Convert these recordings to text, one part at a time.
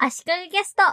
足利ゲスト。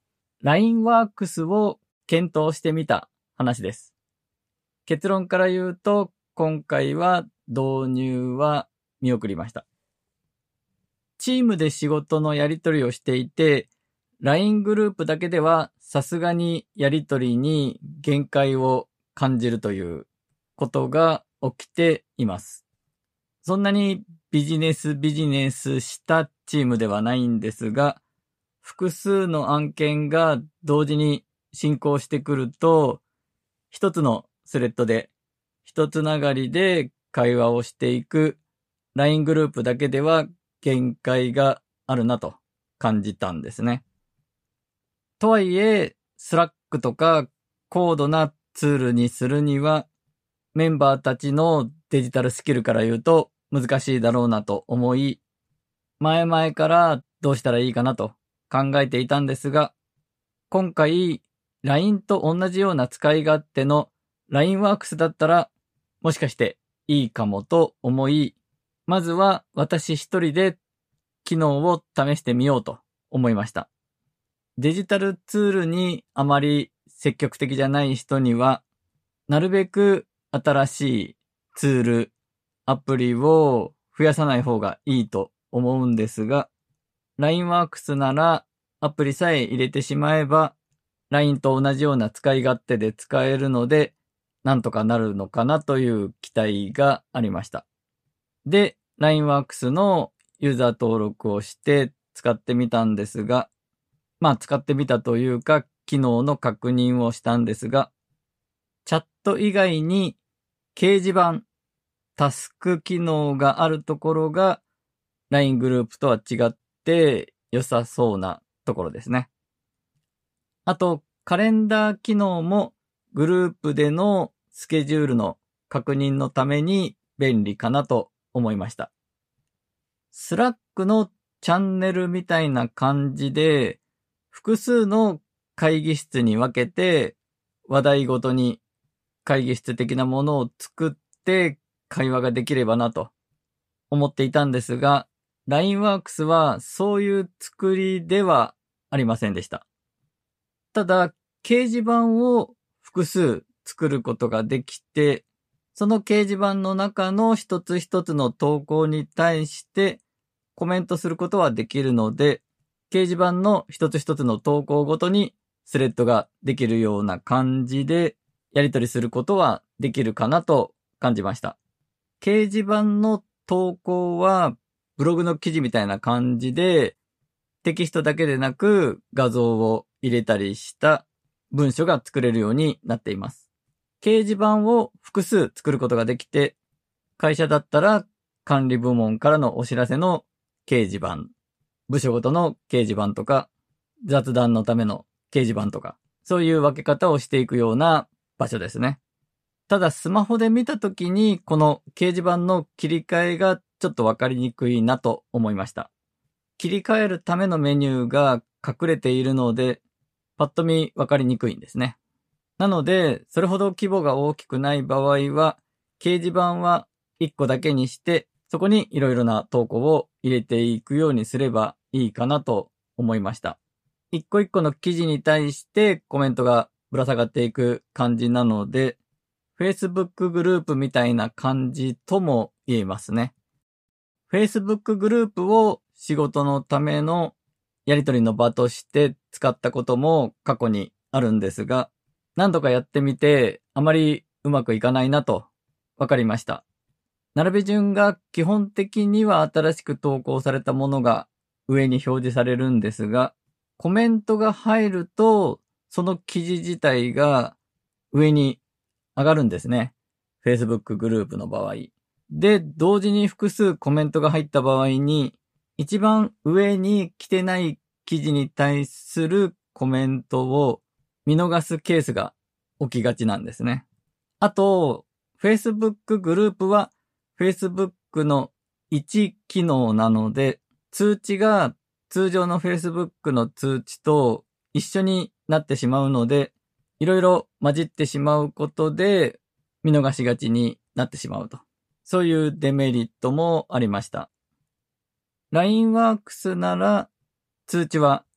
LINEWorks を検討してみた話です。結論から言うと、今回は導入は見送りました。チームで仕事のやり取りをしていて、LINE グループだけではさすがにやり取りに限界を感じるということが起きています。そんなにビジネスしたチームではないんですが、複数の案件が同時に進行してくると、一つのスレッドで一つながりで会話をしていく LINE グループだけでは限界があるなと感じたんですね。とはいえ、Slack とか高度なツールにするには、メンバーたちのデジタルスキルから言うと難しいだろうなと思い、前々からどうしたらいいかなと考えていたんですが、今回 LINE と同じような使い勝手の LINEWorks だったらもしかしていいかもと思い、まずは私一人で機能を試してみようと思いました。デジタルツールにあまり積極的じゃない人には、なるべく新しいツール、アプリを増やさない方がいいと思うんですが、LINEWorks ならアプリさえ入れてしまえば LINE と同じような使い勝手で使えるのでなんとかなるのかなという期待がありました。で、LINEWorks のユーザー登録をして使ってみたんですが、使ってみたというか機能の確認をしたんですが、チャット以外に掲示板、タスク機能があるところが LINE グループとは違って良さそうなところですね。あと、カレンダー機能もグループでのスケジュールの確認のために便利かなと思いました。Slack のチャンネルみたいな感じで複数の会議室に分けて話題ごとに会議室的なものを作って会話ができればなと思っていたんですが、LINEWorks はそういう作りではありませんでした。ただ、掲示板を複数作ることができて、その掲示板の中の一つ一つの投稿に対してコメントすることはできるので、掲示板の一つ一つの投稿ごとにスレッドができるような感じでやり取りすることはできるかなと感じました。掲示板の投稿はブログの記事みたいな感じでテキストだけでなく画像を入れたりした文書が作れるようになっています。掲示板を複数作ることができて、会社だったら管理部門からのお知らせの掲示板、部署ごとの掲示板とか、雑談のための掲示板とか、そういう分け方をしていくような場所ですね。ただスマホで見たときにこの掲示板の切り替えがちょっとわかりにくいなと思いました。切り替えるためのメニューが隠れているので、パッと見わかりにくいんですね。なので、それほど規模が大きくない場合は、掲示板は1個だけにして、そこにいろいろな投稿を入れていくようにすればいいかなと思いました。一個一個の記事に対してコメントがぶら下がっていく感じなので、Facebook グループみたいな感じとも言えますね。Facebook グループを仕事のためのやり取りの場として使ったことも過去にあるんですが、何度かやってみてあまりうまくいかないなと分かりました。並べ順が基本的には新しく投稿されたものが上に表示されるんですが、コメントが入るとその記事自体が上に上がるんですね。Facebook グループの場合。で、同時に複数コメントが入った場合に、一番上に来てない記事に対するコメントを見逃すケースが起きがちなんですね。あと、Facebook グループは Facebook の1機能なので、通知が通常の Facebook の通知と一緒になってしまうので、いろいろ混じってしまうことで見逃しがちになってしまうと。そういうデメリットもありました。LINEWorks なら通知は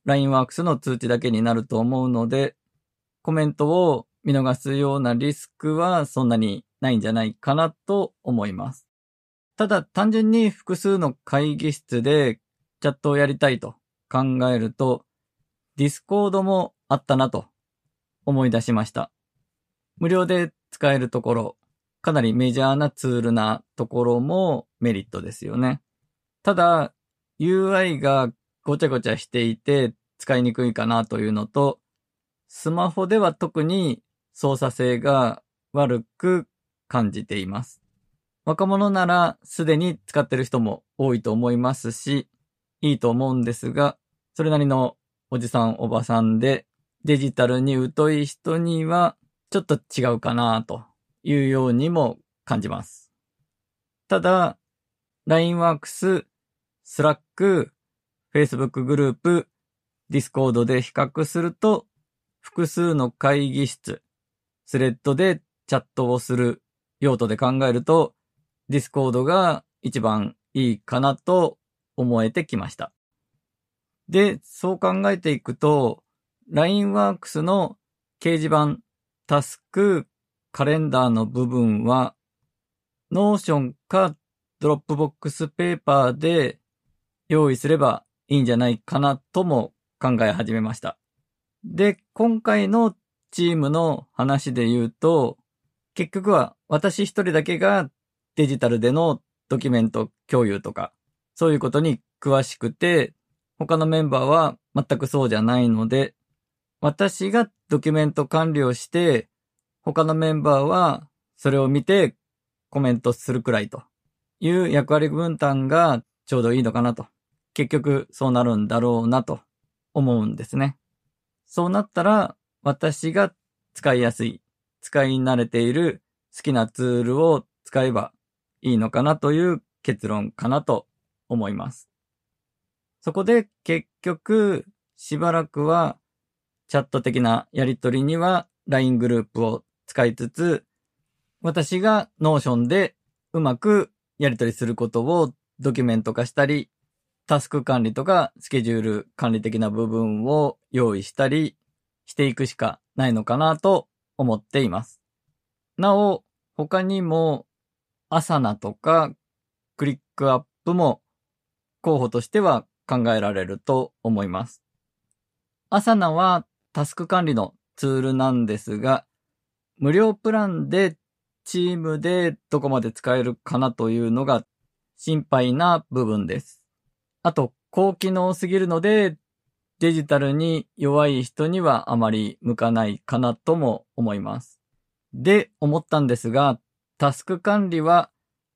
LINEWORKS の通知だけになると思うので、コメントを見逃すようなリスクはそんなにないんじゃないかなと思います。ただ単純に複数の会議室でチャットをやりたいと考えると、Discord もあったなと思い出しました。無料で使えるところ、かなりメジャーなツールなところもメリットですよね。ただ UI がごちゃごちゃしていて使いにくいかなというのと、スマホでは特に操作性が悪く感じています。若者ならすでに使ってる人も多いと思いますし、いいと思うんですが、それなりのおじさんおばさんでデジタルに疎い人にはちょっと違うかなというようにも感じます。ただ、LINEWORKS、Slack、Facebook グループ、Discord で比較すると、複数の会議室、スレッドでチャットをする用途で考えると、Discord が一番いいかなと思えてきました。で、そう考えていくと、LINEWORKS の掲示板、タスク、カレンダーの部分は、Notion か Dropbox ペーパーで用意すればいいんじゃないかなとも考え始めました。で、今回のチームの話で言うと、結局は私一人だけがデジタルでのドキュメント共有とか、そういうことに詳しくて、他のメンバーは全くそうじゃないので、私がドキュメント管理をして、他のメンバーはそれを見てコメントするくらいという役割分担がちょうどいいのかなと。結局そうなるんだろうなと思うんですね。そうなったら私が使いやすい、使い慣れている好きなツールを使えばいいのかなという結論かなと思います。そこで結局しばらくはチャット的なやり取りには LINE グループを使いつつ、私が Notion でうまくやり取りすることをドキュメント化したり、タスク管理とかスケジュール管理的な部分を用意したりしていくしかないのかなと思っています。なお、他にもアサナとかクリックアップも候補としては考えられると思います。アサナはタスク管理のツールなんですが、無料プランでチームでどこまで使えるかなというのが心配な部分です。あと、高機能すぎるので、デジタルに弱い人にはあまり向かないかなとも思います。で、思ったんですが、タスク管理は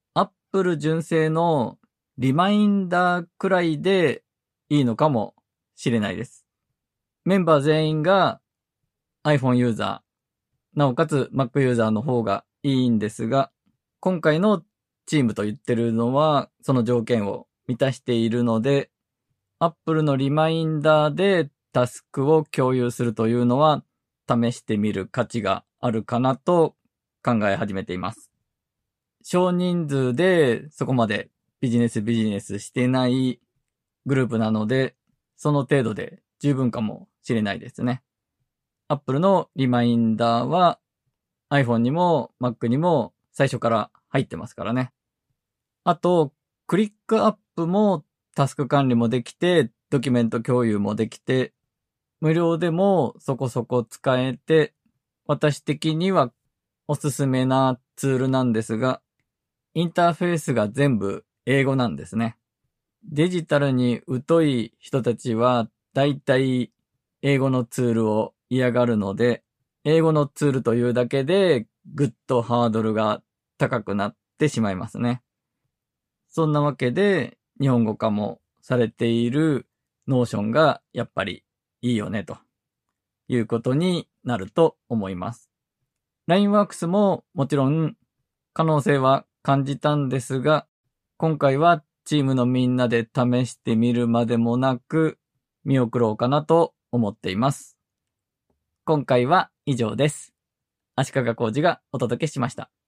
Apple 純正のリマインダーくらいでいいのかもしれないです。メンバー全員が iPhone ユーザー、なおかつ Mac ユーザーの方がいいんですが、今回のチームと言ってるのはその条件を満たしているので、Apple のリマインダーでタスクを共有するというのは試してみる価値があるかなと考え始めています。少人数でそこまでビジネスしてないグループなので、その程度で十分かもしれないですね。Apple のリマインダーは iPhone にも Mac にも最初から入ってますからね。あと、クリックアップもタスク管理もできて、ドキュメント共有もできて、無料でもそこそこ使えて、私的にはおすすめなツールなんですが、インターフェースが全部英語なんですね。デジタルに疎い人たちはだいたい英語のツールを嫌がるので、英語のツールというだけでぐっとハードルが高くなってしまいますね。そんなわけで日本語化もされている Notion がやっぱりいいよねということになると思います。LINEWORKS ももちろん可能性は感じたんですが、今回はチームのみんなで試してみるまでもなく見送ろうかなと思っています。今回は以上です。足利浩二がお届けしました。